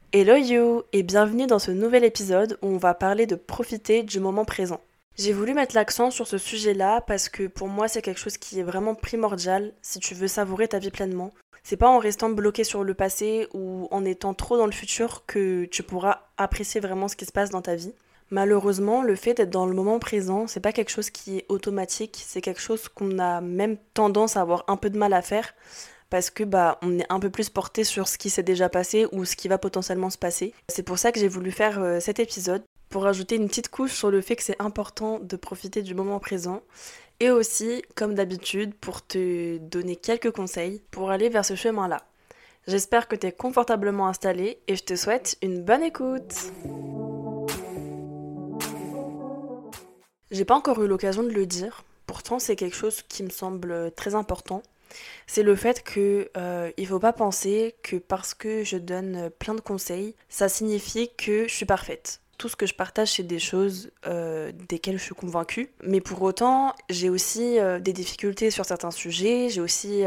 Hello you et bienvenue dans ce nouvel épisode où on va parler de profiter du moment présent. J'ai voulu mettre l'accent sur ce sujet-là parce que pour moi c'est quelque chose qui est vraiment primordial si tu veux savourer ta vie pleinement. C'est pas en restant bloqué sur le passé ou en étant trop dans le futur que tu pourras apprécier vraiment ce qui se passe dans ta vie. Malheureusement, le fait d'être dans le moment présent, c'est pas quelque chose qui est automatique, c'est quelque chose qu'on a même tendance à avoir un peu de mal à faire parce que on est un peu plus porté sur ce qui s'est déjà passé ou ce qui va potentiellement se passer. C'est pour ça que j'ai voulu faire cet épisode pour ajouter une petite couche sur le fait que c'est important de profiter du moment présent et aussi, comme d'habitude, pour te donner quelques conseils pour aller vers ce chemin-là. J'espère que tu es confortablement installé et je te souhaite une bonne écoute. J'ai pas encore eu l'occasion de le dire, pourtant c'est quelque chose qui me semble très important. C'est le fait que il faut pas penser que parce que je donne plein de conseils, ça signifie que je suis parfaite. Tout ce que je partage, c'est des choses desquelles je suis convaincue. Mais pour autant, j'ai aussi des difficultés sur certains sujets, j'ai aussi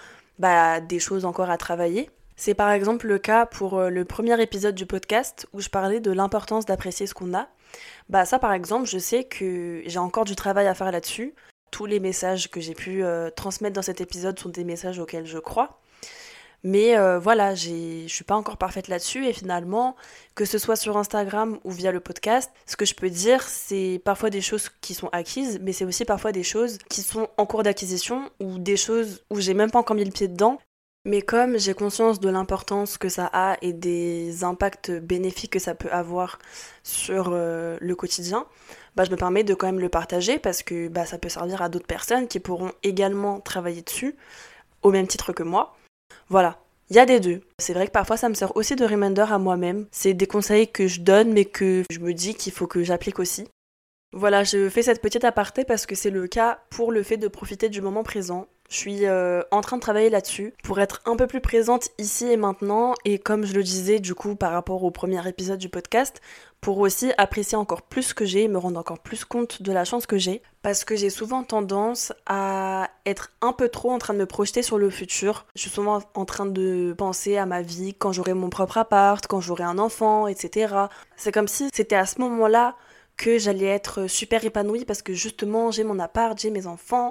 des choses encore à travailler. C'est par exemple le cas pour le premier épisode du podcast où je parlais de l'importance d'apprécier ce qu'on a. Ça par exemple, je sais que j'ai encore du travail à faire là-dessus. Tous les messages que j'ai pu transmettre dans cet épisode sont des messages auxquels je crois. Mais voilà, je suis pas encore parfaite là-dessus et finalement, que ce soit sur Instagram ou via le podcast, ce que je peux dire, c'est parfois des choses qui sont acquises, mais c'est aussi parfois des choses qui sont en cours d'acquisition ou des choses où j'ai même pas encore mis le pied dedans. Mais comme j'ai conscience de l'importance que ça a et des impacts bénéfiques que ça peut avoir sur le quotidien, je me permets de quand même le partager parce que ça peut servir à d'autres personnes qui pourront également travailler dessus, au même titre que moi. Voilà, il y a des deux. C'est vrai que parfois ça me sert aussi de reminder à moi-même. C'est des conseils que je donne mais que je me dis qu'il faut que j'applique aussi. Voilà, je fais cette petite aparté parce que c'est le cas pour le fait de profiter du moment présent. Je suis en train de travailler là-dessus pour être un peu plus présente ici et maintenant et comme je le disais du coup par rapport au premier épisode du podcast, pour aussi apprécier encore plus ce que j'ai et me rendre encore plus compte de la chance que j'ai parce que j'ai souvent tendance à être un peu trop en train de me projeter sur le futur. Je suis souvent en train de penser à ma vie quand j'aurai mon propre appart, quand j'aurai un enfant, etc. C'est comme si c'était à ce moment-là que j'allais être super épanouie parce que justement j'ai mon appart, j'ai mes enfants,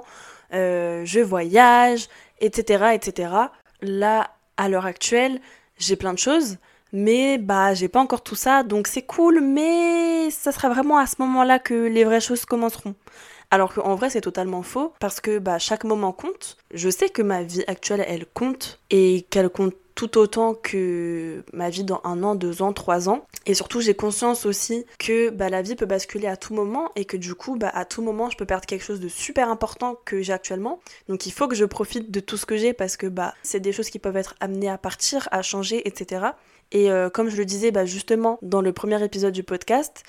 je voyage, etc., etc. Là, à l'heure actuelle, j'ai plein de choses, mais j'ai pas encore tout ça, donc c'est cool, mais ça sera vraiment à ce moment-là que les vraies choses commenceront. Alors qu'en vrai, c'est totalement faux, parce que chaque moment compte. Je sais que ma vie actuelle, elle compte, et qu'elle compte tout autant que ma vie dans 1 an, 2 ans, 3 ans. Et surtout, j'ai conscience aussi que la vie peut basculer à tout moment et que du coup, à tout moment, je peux perdre quelque chose de super important que j'ai actuellement. Donc il faut que je profite de tout ce que j'ai parce que c'est des choses qui peuvent être amenées à partir, à changer, etc. Et comme je le disais justement dans le premier épisode du podcast,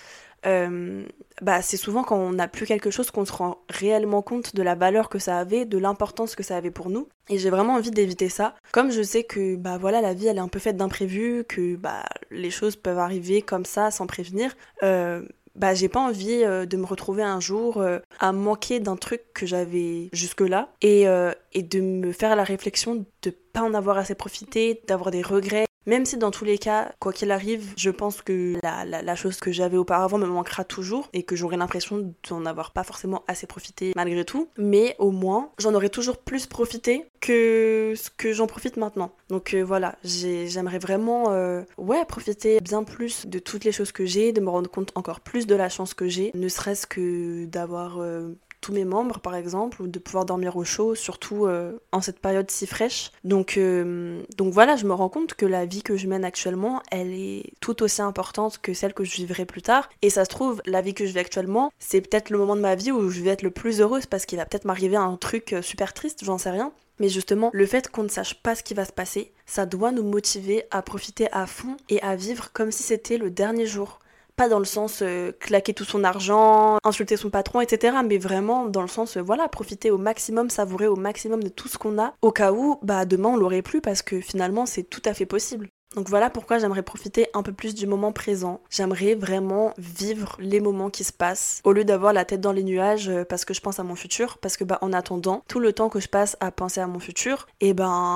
c'est souvent quand on n'a plus quelque chose qu'on se rend réellement compte de la valeur que ça avait, de l'importance que ça avait pour nous. Et j'ai vraiment envie d'éviter ça. Comme je sais que la vie elle est un peu faite d'imprévus, que les choses peuvent arriver comme ça sans prévenir, j'ai pas envie de me retrouver un jour à manquer d'un truc que j'avais jusque-là et de me faire la réflexion de pas en avoir assez profité, d'avoir des regrets. Même si dans tous les cas, quoi qu'il arrive, je pense que la chose que j'avais auparavant me manquera toujours et que j'aurai l'impression d'en avoir pas forcément assez profité malgré tout. Mais au moins, j'en aurai toujours plus profité que ce que j'en profite maintenant. Donc voilà, j'aimerais vraiment profiter bien plus de toutes les choses que j'ai, de me rendre compte encore plus de la chance que j'ai, ne serait-ce que d'avoir tous mes membres par exemple, ou de pouvoir dormir au chaud, surtout en cette période si fraîche. Donc voilà, je me rends compte que la vie que je mène actuellement, elle est tout aussi importante que celle que je vivrai plus tard. Et ça se trouve, la vie que je vis actuellement, c'est peut-être le moment de ma vie où je vais être le plus heureuse parce qu'il va peut-être m'arriver un truc super triste, j'en sais rien. Mais justement, le fait qu'on ne sache pas ce qui va se passer, ça doit nous motiver à profiter à fond et à vivre comme si c'était le dernier jour. Pas dans le sens claquer tout son argent, insulter son patron, etc. Mais vraiment dans le sens, profiter au maximum, savourer au maximum de tout ce qu'on a, au cas où, demain on l'aurait plus parce que finalement c'est tout à fait possible. Donc voilà pourquoi j'aimerais profiter un peu plus du moment présent. J'aimerais vraiment vivre les moments qui se passent au lieu d'avoir la tête dans les nuages parce que je pense à mon futur. Parce que en attendant, tout le temps que je passe à penser à mon futur, et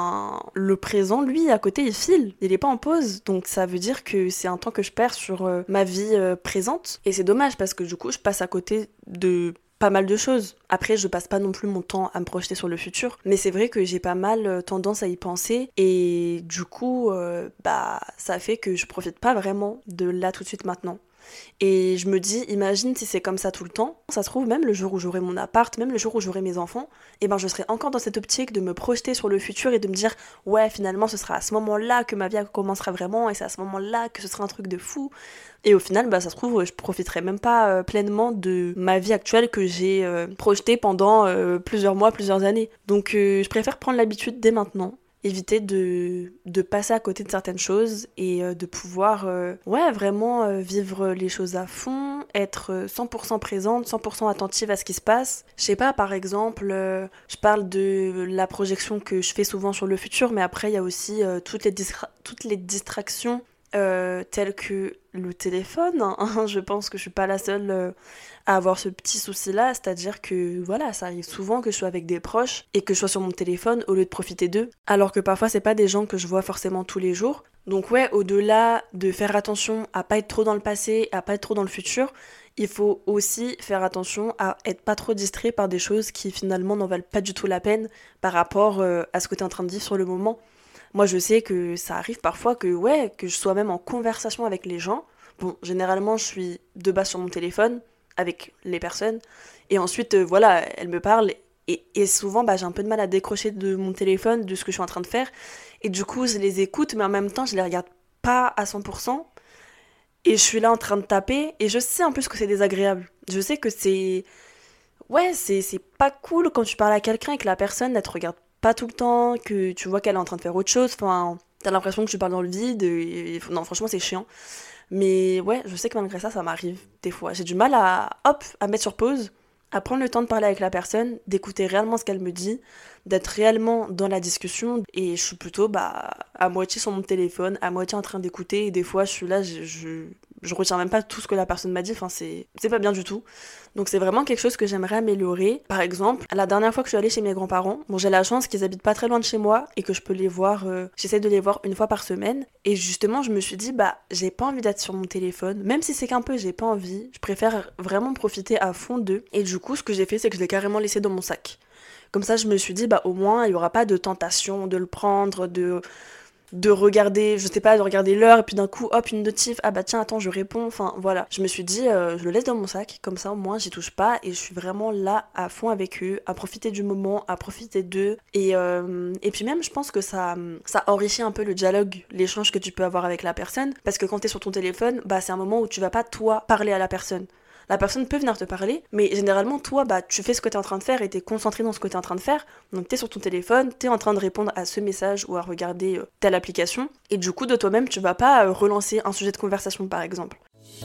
le présent, lui, à côté, il file. Il est pas en pause. Donc ça veut dire que c'est un temps que je perds sur ma vie présente. Et c'est dommage parce que du coup, je passe à côté de pas mal de choses. Après, je passe pas non plus mon temps à me projeter sur le futur, mais c'est vrai que j'ai pas mal tendance à y penser et du coup, ça fait que je profite pas vraiment de là tout de suite maintenant. Et je me dis, imagine si c'est comme ça tout le temps, ça se trouve même le jour où j'aurai mon appart, même le jour où j'aurai mes enfants, je serai encore dans cette optique de me projeter sur le futur et de me dire, ouais, finalement ce sera à ce moment-là que ma vie commencera vraiment et c'est à ce moment-là que ce sera un truc de fou. Et au final, ça se trouve, je profiterai même pas pleinement de ma vie actuelle que j'ai projetée pendant plusieurs mois, plusieurs années. Donc je préfère prendre l'habitude dès maintenant, éviter de passer à côté de certaines choses et de pouvoir vraiment vivre les choses à fond, être 100% présente, 100% attentive à ce qui se passe. Je sais pas, par exemple, je parle de la projection que je fais souvent sur le futur, mais après il y a aussi toutes les distractions telles que le téléphone, hein. Je pense que je suis pas la seule à avoir ce petit souci-là, c'est-à-dire que voilà, ça arrive souvent que je sois avec des proches et que je sois sur mon téléphone au lieu de profiter d'eux, alors que parfois c'est pas des gens que je vois forcément tous les jours. Donc ouais, au-delà de faire attention à pas être trop dans le passé, à pas être trop dans le futur, il faut aussi faire attention à être pas trop distrait par des choses qui finalement n'en valent pas du tout la peine par rapport à ce que tu es en train de vivre sur le moment. Moi, je sais que ça arrive parfois que je sois même en conversation avec les gens. Bon, généralement, je suis de base sur mon téléphone avec les personnes. Et ensuite, elles me parlent. Et souvent, j'ai un peu de mal à décrocher de mon téléphone, de ce que je suis en train de faire. Et du coup, je les écoute, mais en même temps, je les regarde pas à 100%. Et je suis là en train de taper. Et je sais en plus que c'est désagréable. Je sais que c'est... Ouais, c'est pas cool quand tu parles à quelqu'un et que la personne, elle te regarde pas tout le temps, que tu vois qu'elle est en train de faire autre chose. Enfin, t'as l'impression que tu parles dans le vide. Non, franchement, c'est chiant. Mais ouais, je sais que malgré ça, ça m'arrive des fois. J'ai du mal à mettre sur pause, à prendre le temps de parler avec la personne, d'écouter réellement ce qu'elle me dit, d'être réellement dans la discussion. Et je suis plutôt à moitié sur mon téléphone, à moitié en train d'écouter. Et des fois, je suis là, je retiens même pas tout ce que la personne m'a dit. Enfin, c'est pas bien du tout. Donc c'est vraiment quelque chose que j'aimerais améliorer. Par exemple, la dernière fois que je suis allée chez mes grands-parents, j'ai la chance qu'ils habitent pas très loin de chez moi et que je peux les voir, j'essaie de les voir une fois par semaine. Et justement, je me suis dit, j'ai pas envie d'être sur mon téléphone, même si c'est qu'un peu, j'ai pas envie. Je préfère vraiment profiter à fond d'eux. Et du coup, ce que j'ai fait, c'est que je l'ai carrément laissé dans mon sac. Comme ça, je me suis dit, au moins, il y aura pas de tentation de le prendre, de regarder, je sais pas, de regarder l'heure et puis d'un coup, hop, une notif, tiens, attends, je réponds, enfin voilà. Je me suis dit, je le laisse dans mon sac, comme ça au moins j'y touche pas et je suis vraiment là à fond avec eux, à profiter du moment, à profiter d'eux et puis même je pense que ça enrichit un peu le dialogue, l'échange que tu peux avoir avec la personne parce que quand t'es sur ton téléphone, c'est un moment où tu vas pas toi parler à la personne. La personne peut venir te parler, mais généralement, toi, tu fais ce que t'es en train de faire et t'es concentré dans ce que t'es en train de faire. Donc t'es sur ton téléphone, t'es en train de répondre à ce message ou à regarder telle application. Et du coup, de toi-même, tu vas pas relancer un sujet de conversation, par exemple.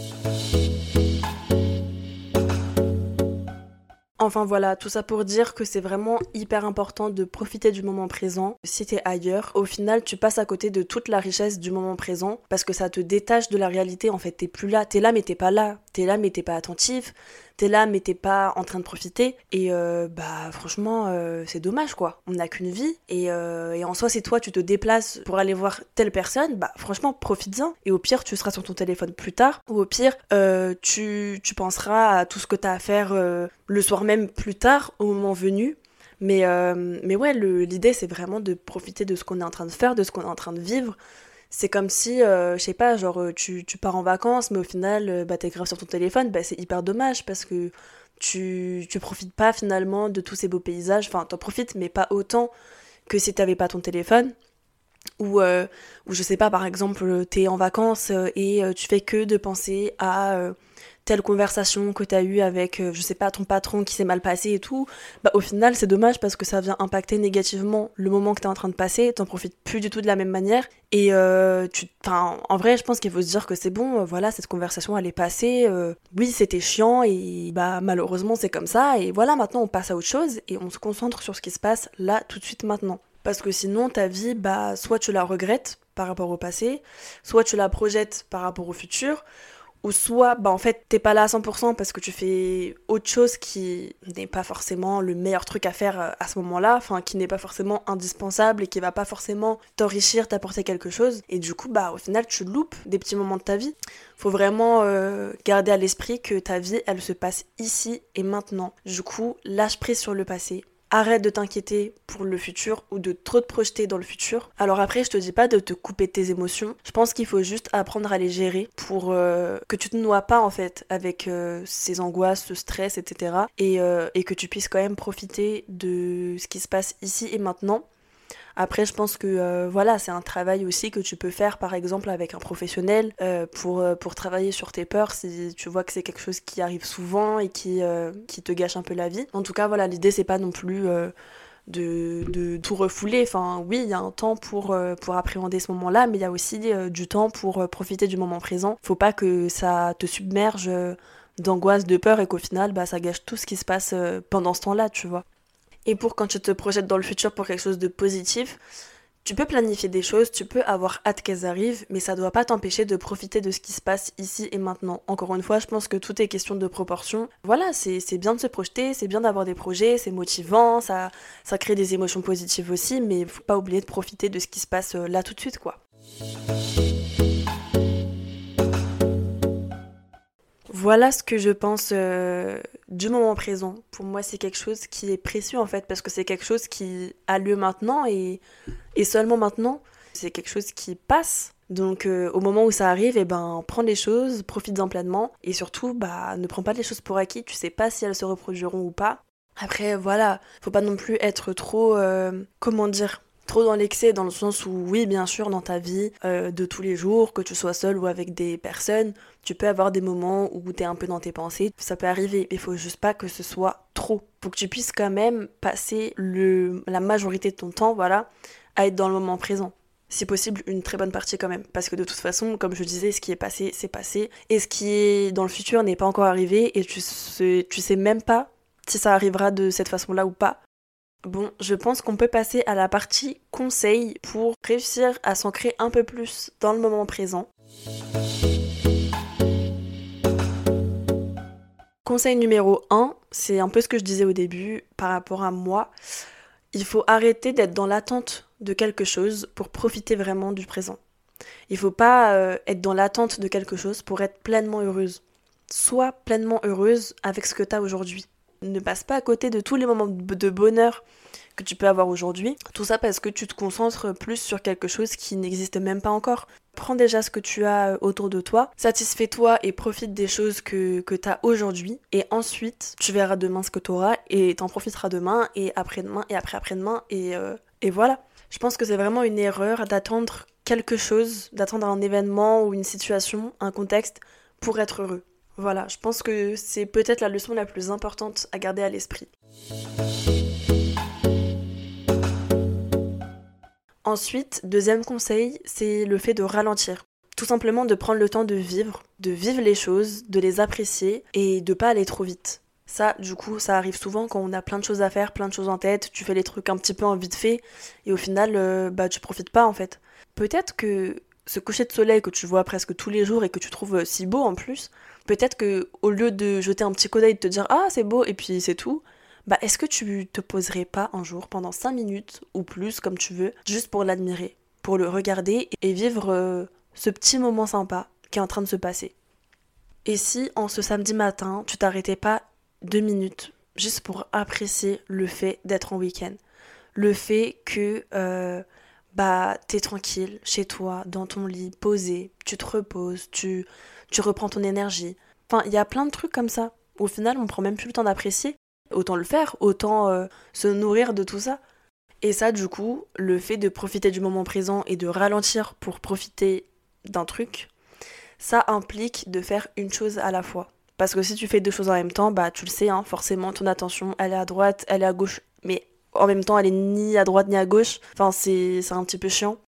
Enfin voilà, tout ça pour dire que c'est vraiment hyper important de profiter du moment présent. Si t'es ailleurs, au final tu passes à côté de toute la richesse du moment présent parce que ça te détache de la réalité. En fait, t'es plus là, t'es là mais t'es pas là, t'es là mais t'es pas attentif, t'es là mais t'es pas en train de profiter. Et franchement, c'est dommage quoi. On n'a qu'une vie et en soi, si toi tu te déplaces pour aller voir telle personne, franchement profites-en. Et au pire, tu seras sur ton téléphone plus tard ou au pire, tu penseras à tout ce que t'as à faire le soir même plus tard au moment venu. Mais ouais, l'idée c'est vraiment de profiter de ce qu'on est en train de faire, de ce qu'on est en train de vivre. C'est comme si, je sais pas, tu pars en vacances, mais au final, t'es grave sur ton téléphone, c'est hyper dommage parce que tu profites pas finalement de tous ces beaux paysages. Enfin, t'en profites, mais pas autant que si t'avais pas ton téléphone. Ou je sais pas, par exemple, t'es en vacances et tu fais que de penser à telle conversation que t'as eue avec, je sais pas, ton patron qui s'est mal passé et tout, au final c'est dommage parce que ça vient impacter négativement le moment que t'es en train de passer, t'en profites plus du tout de la même manière et en vrai je pense qu'il faut se dire que c'est bon, voilà, cette conversation elle est passée, oui c'était chiant et malheureusement c'est comme ça et voilà, maintenant on passe à autre chose et on se concentre sur ce qui se passe là tout de suite maintenant. Parce que sinon ta vie, soit tu la regrettes par rapport au passé, soit tu la projettes par rapport au futur, ou soit en fait t'es pas là à 100% parce que tu fais autre chose qui n'est pas forcément le meilleur truc à faire à ce moment-là, enfin qui n'est pas forcément indispensable et qui va pas forcément t'enrichir, t'apporter quelque chose, et du coup au final tu loupes des petits moments de ta vie. Faut vraiment garder à l'esprit que ta vie elle se passe ici et maintenant. Du coup lâche prise sur le passé. Arrête de t'inquiéter pour le futur ou de trop te projeter dans le futur. Alors après, je te dis pas de te couper de tes émotions. Je pense qu'il faut juste apprendre à les gérer pour que tu te noies pas en fait avec ces angoisses, ce stress, etc. Et que tu puisses quand même profiter de ce qui se passe ici et maintenant. Après, je pense que voilà, c'est un travail aussi que tu peux faire, par exemple, avec un professionnel pour travailler sur tes peurs si tu vois que c'est quelque chose qui arrive souvent et qui te gâche un peu la vie. En tout cas, voilà, l'idée, c'est pas non plus de tout refouler. Enfin, oui, il y a un temps pour appréhender ce moment-là, mais il y a aussi du temps pour profiter du moment présent. Faut pas que ça te submerge d'angoisse, de peur et qu'au final, ça gâche tout ce qui se passe pendant ce temps-là, tu vois. Et pour quand tu te projettes dans le futur pour quelque chose de positif, tu peux planifier des choses, tu peux avoir hâte qu'elles arrivent, mais ça doit pas t'empêcher de profiter de ce qui se passe ici et maintenant. Encore une fois, je pense que tout est question de proportion. Voilà, c'est bien de se projeter, c'est bien d'avoir des projets, c'est motivant, ça crée des émotions positives aussi, mais faut pas oublier de profiter de ce qui se passe là tout de suite, quoi. Voilà ce que je pense du moment présent. Pour moi, c'est quelque chose qui est précieux en fait, parce que c'est quelque chose qui a lieu maintenant et seulement maintenant. C'est quelque chose qui passe. Donc au moment où ça arrive, prends les choses, profite-en pleinement et surtout, ne prends pas les choses pour acquis. Tu sais pas si elles se reproduiront ou pas. Après, voilà, faut pas non plus être trop, trop dans l'excès, dans le sens où, oui, bien sûr, dans ta vie de tous les jours, que tu sois seul ou avec des personnes, tu peux avoir des moments où t'es un peu dans tes pensées. Ça peut arriver, mais il faut juste pas que ce soit trop. Faut que tu puisses quand même passer la majorité de ton temps, voilà, à être dans le moment présent. Si possible, une très bonne partie quand même. Parce que de toute façon, comme je disais, ce qui est passé, c'est passé. Et ce qui est dans le futur n'est pas encore arrivé et tu sais même pas si ça arrivera de cette façon-là ou pas. Bon, je pense qu'on peut passer à la partie conseils pour réussir à s'ancrer un peu plus dans le moment présent. Conseil numéro 1, c'est un peu ce que je disais au début par rapport à moi. Il faut arrêter d'être dans l'attente de quelque chose pour profiter vraiment du présent. Il faut pas être dans l'attente de quelque chose pour être pleinement heureuse. Sois pleinement heureuse avec ce que tu as aujourd'hui. Ne passe pas à côté de tous les moments de bonheur que tu peux avoir aujourd'hui. Tout ça parce que tu te concentres plus sur quelque chose qui n'existe même pas encore. Prends déjà ce que tu as autour de toi, satisfais-toi et profite des choses que tu as aujourd'hui. Et ensuite, tu verras demain ce que tu auras et t'en profiteras demain et après-demain et après-après-demain et voilà. Je pense que c'est vraiment une erreur d'attendre quelque chose, d'attendre un événement ou une situation, un contexte pour être heureux. Voilà, je pense que c'est peut-être la leçon la plus importante à garder à l'esprit. Ensuite, deuxième conseil, c'est le fait de ralentir. Tout simplement de prendre le temps de vivre les choses, de les apprécier et de pas aller trop vite. Ça, du coup, ça arrive souvent quand on a plein de choses à faire, plein de choses en tête, tu fais les trucs un petit peu en vite fait et au final, tu profites pas en fait. Peut-être que ce coucher de soleil que tu vois presque tous les jours et que tu trouves si beau en plus, peut-être que au lieu de jeter un petit coup d'œil et de te dire « Ah, c'est beau » et puis c'est tout, est-ce que tu te poserais pas un jour pendant 5 minutes ou plus comme tu veux, juste pour l'admirer, pour le regarder et vivre ce petit moment sympa qui est en train de se passer. Et si en ce samedi matin, tu t'arrêtais pas 2 minutes juste pour apprécier le fait d'être en week-end, le fait que t'es tranquille chez toi, dans ton lit, posé, tu te reposes, tu reprends ton énergie. Enfin, il y a plein de trucs comme ça. Au final, on prend même plus le temps d'apprécier. Autant le faire, autant se nourrir de tout ça. Et ça, du coup, le fait de profiter du moment présent et de ralentir pour profiter d'un truc, ça implique de faire une chose à la fois. Parce que si tu fais deux choses en même temps, tu le sais, forcément, ton attention, elle est à droite, elle est à gauche. Mais en même temps, elle est ni à droite ni à gauche. Enfin, c'est un petit peu chiant.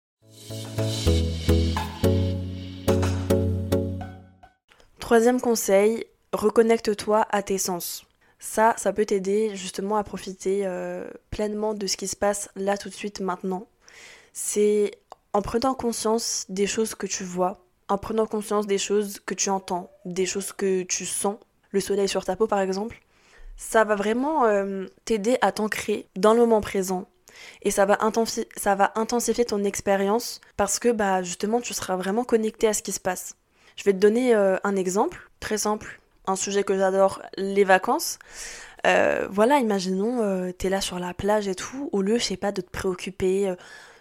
Troisième conseil, reconnecte-toi à tes sens. Ça peut t'aider justement à profiter pleinement de ce qui se passe là tout de suite maintenant. C'est En prenant conscience des choses que tu vois, en prenant conscience des choses que tu entends, des choses que tu sens, le soleil sur ta peau par exemple, ça va vraiment t'aider à t'ancrer dans le moment présent. Et ça va intensifier ton expérience parce que bah, justement tu seras vraiment connecté à ce qui se passe. Je vais te donner un exemple très simple, un sujet que j'adore, les vacances. Voilà, imaginons, t'es là sur la plage et tout, au lieu, je sais pas, de te préoccuper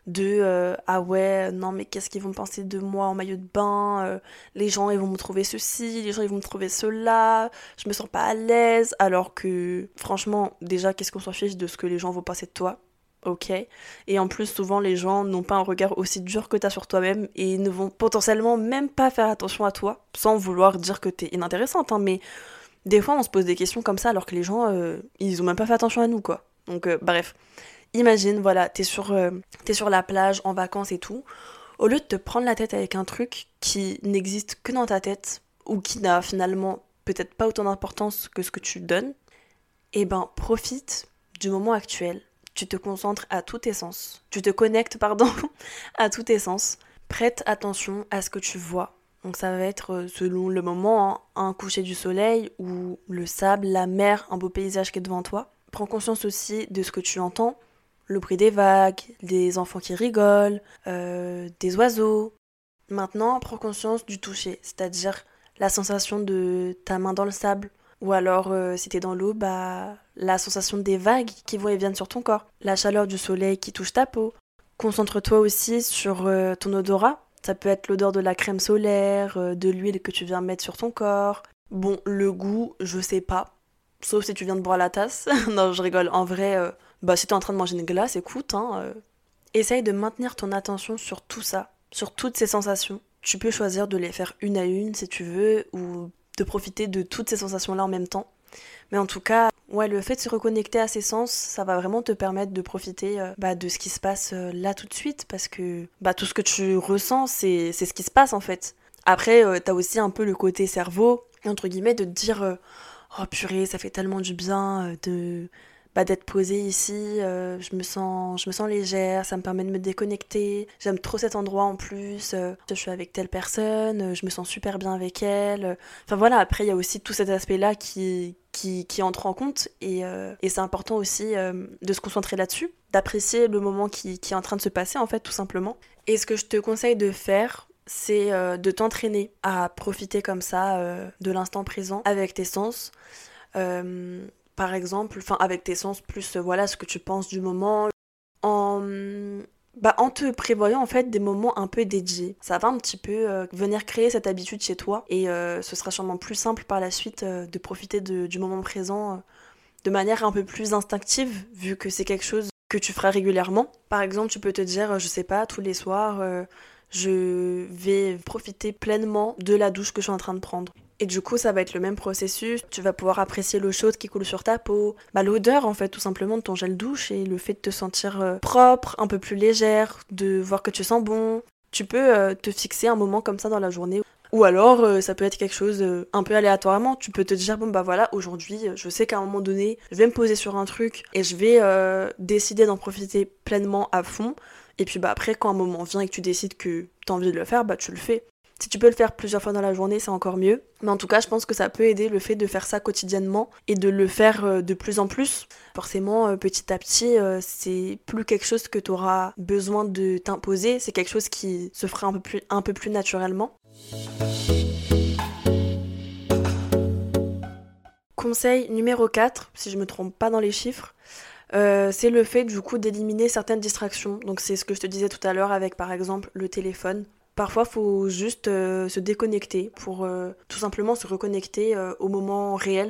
ah ouais, non mais qu'est-ce qu'ils vont penser de moi en maillot de bain, les gens ils vont me trouver ceci, les gens ils vont me trouver cela, je me sens pas à l'aise, alors que franchement, déjà, qu'est-ce qu'on s'en fiche de ce que les gens vont penser de toi? Ok. Et en plus, souvent, les gens n'ont pas un regard aussi dur que t'as sur toi-même et ne vont potentiellement même pas faire attention à toi, sans vouloir dire que t'es inintéressante, hein, mais des fois, on se pose des questions comme ça alors que les gens, ils ont même pas fait attention à nous, quoi. Donc, bref. Imagine, voilà, t'es sur la plage, en vacances et tout. Au lieu de te prendre la tête avec un truc qui n'existe que dans ta tête, ou qui n'a finalement peut-être pas autant d'importance que ce que tu donnes, eh ben, profite du moment actuel. Tu te concentres à tous tes sens. Tu te connectes, pardon, à tous tes sens. Prête attention à ce que tu vois. Donc ça va être selon le moment, hein, un coucher du soleil ou le sable, la mer, un beau paysage qui est devant toi. Prends conscience aussi de ce que tu entends, le bruit des vagues, des enfants qui rigolent, des oiseaux. Maintenant, prends conscience du toucher, c'est-à-dire la sensation de ta main dans le sable. Ou alors, si t'es dans l'eau, bah, la sensation des vagues qui vont et viennent sur ton corps. La chaleur du soleil qui touche ta peau. Concentre-toi aussi sur ton odorat. Ça peut être l'odeur de la crème solaire, de l'huile que tu viens mettre sur ton corps. Bon, le goût, je sais pas. Sauf si tu viens de boire la tasse. Non, je rigole. En vrai, bah, si t'es en train de manger une glace, écoute, hein, essaye de maintenir ton attention sur tout ça, sur toutes ces sensations. Tu peux choisir de les faire une à une si tu veux, ou de profiter de toutes ces sensations-là en même temps. Mais en tout cas, ouais, le fait de se reconnecter à ses sens, ça va vraiment te permettre de profiter bah, de ce qui se passe là tout de suite, parce que bah, tout ce que tu ressens, c'est ce qui se passe en fait. Après, t'as aussi un peu le côté cerveau, entre guillemets, de te dire oh purée, ça fait tellement du bien d'être posée ici, je me sens légère, ça me permet de me déconnecter, j'aime trop cet endroit en plus, je suis avec telle personne, je me sens super bien avec elle. Enfin voilà, après il y a aussi tout cet aspect-là qui entre en compte et c'est important aussi de se concentrer là-dessus, d'apprécier le moment qui est en train de se passer en fait tout simplement. Et ce que je te conseille de faire, c'est de t'entraîner à profiter comme ça de l'instant présent avec tes sens. Par exemple, enfin avec tes sens plus voilà ce que tu penses du moment en en te prévoyant en fait des moments un peu dédiés. Ça va un petit peu venir créer cette habitude chez toi et ce sera sûrement plus simple par la suite de profiter du moment présent de manière un peu plus instinctive vu que c'est quelque chose que tu feras régulièrement. Par exemple, tu peux te dire je sais pas tous les soirs je vais profiter pleinement de la douche que je suis en train de prendre. Et du coup, ça va être le même processus. Tu vas pouvoir apprécier l'eau chaude qui coule sur ta peau. Bah, l'odeur, en fait, tout simplement de ton gel douche et le fait de te sentir propre, un peu plus légère, de voir que tu sens bon. Tu peux te fixer un moment comme ça dans la journée. Ou alors, ça peut être quelque chose un peu aléatoirement. Tu peux te dire, bon, bah voilà, aujourd'hui, je sais qu'à un moment donné, je vais me poser sur un truc et je vais décider d'en profiter pleinement à fond. Et puis, bah après, quand un moment vient et que tu décides que t'as envie de le faire, bah tu le fais. Si tu peux le faire plusieurs fois dans la journée, c'est encore mieux. Mais en tout cas, je pense que ça peut aider le fait de faire ça quotidiennement et de le faire de plus en plus. Forcément, petit à petit, c'est plus quelque chose que tu auras besoin de t'imposer, c'est quelque chose qui se fera un peu plus naturellement. Conseil numéro 4, si je me trompe pas dans les chiffres, c'est le fait du coup d'éliminer certaines distractions. Donc c'est ce que je te disais tout à l'heure avec par exemple le téléphone. Parfois, il faut juste se déconnecter pour tout simplement se reconnecter au moment réel.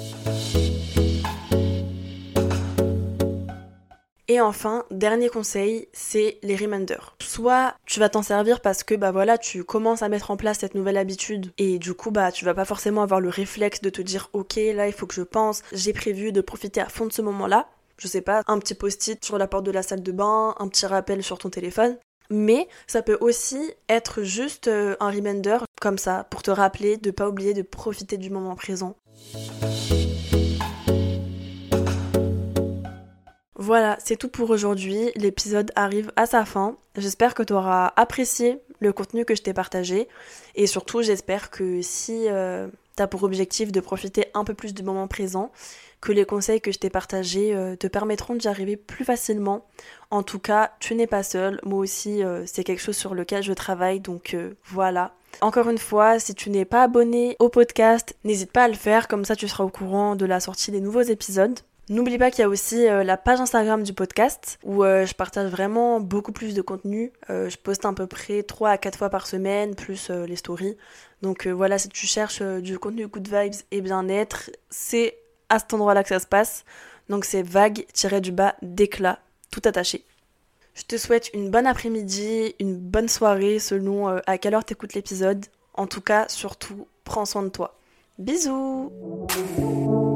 Et enfin, dernier conseil, c'est les reminders. Soit tu vas t'en servir parce que bah voilà, tu commences à mettre en place cette nouvelle habitude et du coup bah tu vas pas forcément avoir le réflexe de te dire ok là il faut que je pense, j'ai prévu de profiter à fond de ce moment-là. Je sais pas, un petit post-it sur la porte de la salle de bain, un petit rappel sur ton téléphone. Mais ça peut aussi être juste un reminder comme ça pour te rappeler de pas oublier de profiter du moment présent. Voilà, c'est tout pour aujourd'hui. L'épisode arrive à sa fin. J'espère que tu auras apprécié le contenu que je t'ai partagé. Et surtout, j'espère que si tu as pour objectif de profiter un peu plus du moment présent, que les conseils que je t'ai partagés te permettront d'y arriver plus facilement. En tout cas, tu n'es pas seul. Moi aussi, c'est quelque chose sur lequel je travaille. Donc voilà. Encore une fois, si tu n'es pas abonné au podcast, n'hésite pas à le faire. Comme ça, tu seras au courant de la sortie des nouveaux épisodes. N'oublie pas qu'il y a aussi la page Instagram du podcast où je partage vraiment beaucoup plus de contenu. Je poste à peu près 3 à 4 fois par semaine, plus les stories. Donc voilà, si tu cherches du contenu good vibes et bien-être, c'est à cet endroit-là que ça se passe. Donc c'est vague-du-bas d'éclat, tout attaché. Je te souhaite une bonne après-midi, une bonne soirée selon à quelle heure t'écoutes l'épisode. En tout cas, surtout, prends soin de toi. Bisous!